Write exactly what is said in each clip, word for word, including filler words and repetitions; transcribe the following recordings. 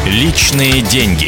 Личные деньги.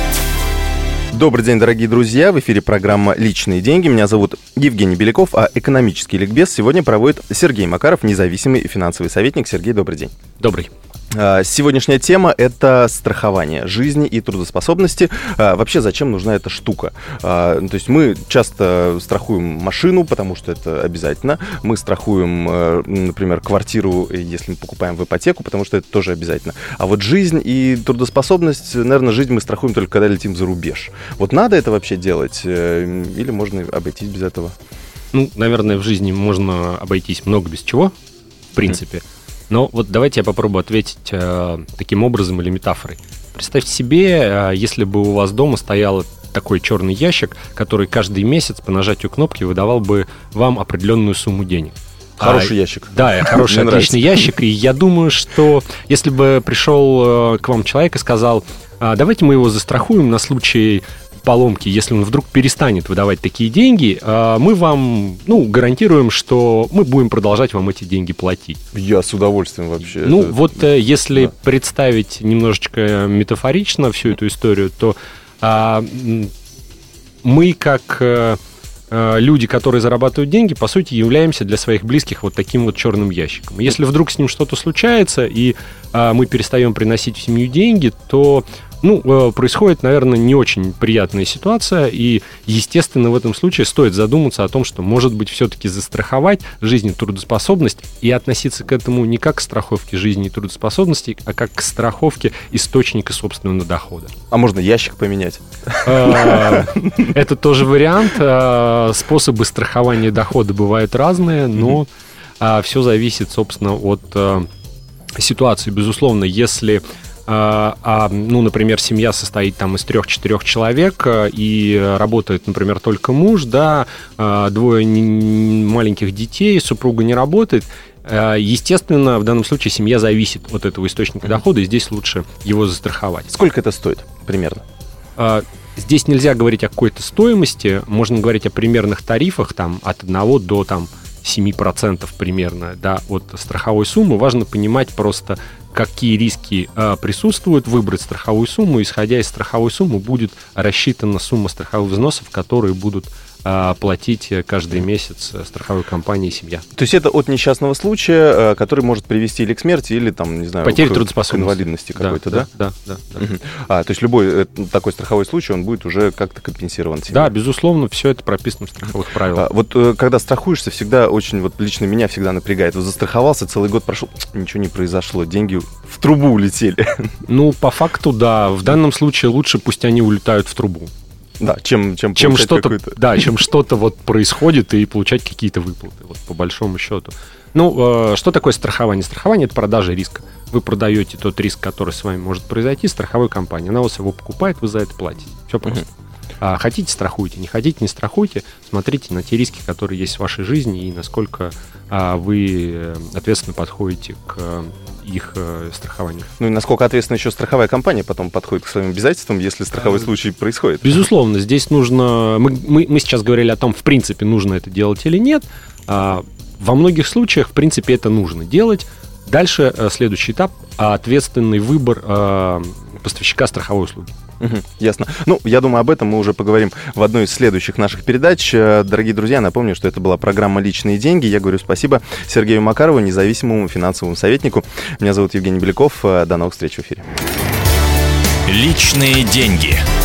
Добрый день, дорогие друзья. В эфире программа «Личные деньги». Меня зовут Евгений Беляков, а экономический ликбез сегодня проводит Сергей Макаров, независимый финансовый советник. Сергей, добрый день. Добрый. Сегодняшняя тема – это страхование жизни и трудоспособности. Вообще, зачем нужна эта штука? То есть мы часто страхуем машину, потому что это обязательно. Мы страхуем, например, квартиру, если мы покупаем в ипотеку, потому что это тоже обязательно. А вот жизнь и трудоспособность, наверное, жизнь мы страхуем только когда летим за рубеж. Вот надо это вообще делать или можно обойтись без этого? Ну, наверное, в жизни можно обойтись много без чего, в принципе. Mm. Но вот давайте я попробую ответить э, таким образом или метафорой. Представьте себе, э, если бы у вас дома стоял такой черный ящик, который каждый месяц по нажатию кнопки выдавал бы вам определенную сумму денег. Хороший а, ящик. Да, хороший, отличный ящик. И я думаю, что если бы пришел э, к вам человек и сказал, э, давайте мы его застрахуем на случай поломки, если он вдруг перестанет выдавать такие деньги, мы вам, ну, гарантируем, что мы будем продолжать вам эти деньги платить. Я с удовольствием вообще. Ну, это... вот если да. представить немножечко метафорично всю эту историю, то а, мы, как а, люди, которые зарабатывают деньги, по сути, являемся для своих близких вот таким вот черным ящиком. Если вдруг с ним что-то случается, и а, мы перестаем приносить в семью деньги, то Ну, происходит, наверное, не очень приятная ситуация, и, естественно, в этом случае стоит задуматься о том, что, может быть, все-таки застраховать жизнь и трудоспособность и относиться к этому не как к страховке жизни и трудоспособности, а как к страховке источника собственного дохода. А можно ящик поменять? Это тоже вариант. Способы страхования дохода бывают разные, но все зависит, собственно, от ситуации. Безусловно, если... А, а, ну, например, семья состоит там из трех-четырех человек, и работает, например, только муж, да, двое маленьких детей, супруга не работает. Естественно, в данном случае семья зависит от этого источника дохода, и здесь лучше его застраховать. Сколько это стоит примерно? Здесь нельзя говорить о какой-то стоимости, можно говорить о примерных тарифах там, от одного до там, семь процентов примерно, да, от страховой суммы. Важно понимать просто, какие риски а, присутствуют, выбрать страховую сумму. Исходя из страховой суммы будет рассчитана сумма страховых взносов, которые будут а, платить каждый месяц страховой компании семья. То есть это от несчастного случая, который может привести или к смерти, или там, не знаю, потеря к, трудоспособности. К инвалидности какой-то, да? Да, да, да. да, да. Угу. А, то есть любой такой страховой случай, он будет уже как-то компенсирован семье. Да, безусловно, все это прописано в страховых правилах. А, вот когда страхуешься, всегда очень, вот лично меня всегда напрягает. Вот застраховался, целый год прошел, ничего не произошло, деньги в трубу улетели. Ну, по факту, да. В данном случае лучше пусть они улетают в трубу. Да, чем, чем, чем что-то, да, чем что-то вот происходит и получать какие-то выплаты, вот, по большому счету. Ну, э, что такое страхование? Страхование – это продажа риска. Вы продаете тот риск, который с вами может произойти, страховой компании. Она вас его покупает, вы за это платите. Все просто. Uh-huh. А, хотите – страхуйте, не хотите – не страхуйте. Смотрите на те риски, которые есть в вашей жизни, и насколько а, вы ответственно подходите к их э, страхованию. Ну и насколько ответственно еще страховая компания потом подходит к своим обязательствам, если страховой а, случай происходит? Безусловно, здесь нужно... Мы, мы, мы сейчас говорили о том, в принципе, нужно это делать или нет. А, во многих случаях, в принципе, это нужно делать. Дальше а, следующий этап – ответственный выбор а, поставщика страховой услуги. Угу, ясно. Ну, я думаю, об этом мы уже поговорим в одной из следующих наших передач. Дорогие друзья, напомню, что это была программа «Личные деньги». Я говорю спасибо Сергею Макарову, независимому финансовому советнику. Меня зовут Евгений Беляков. До новых встреч в эфире. «Личные деньги».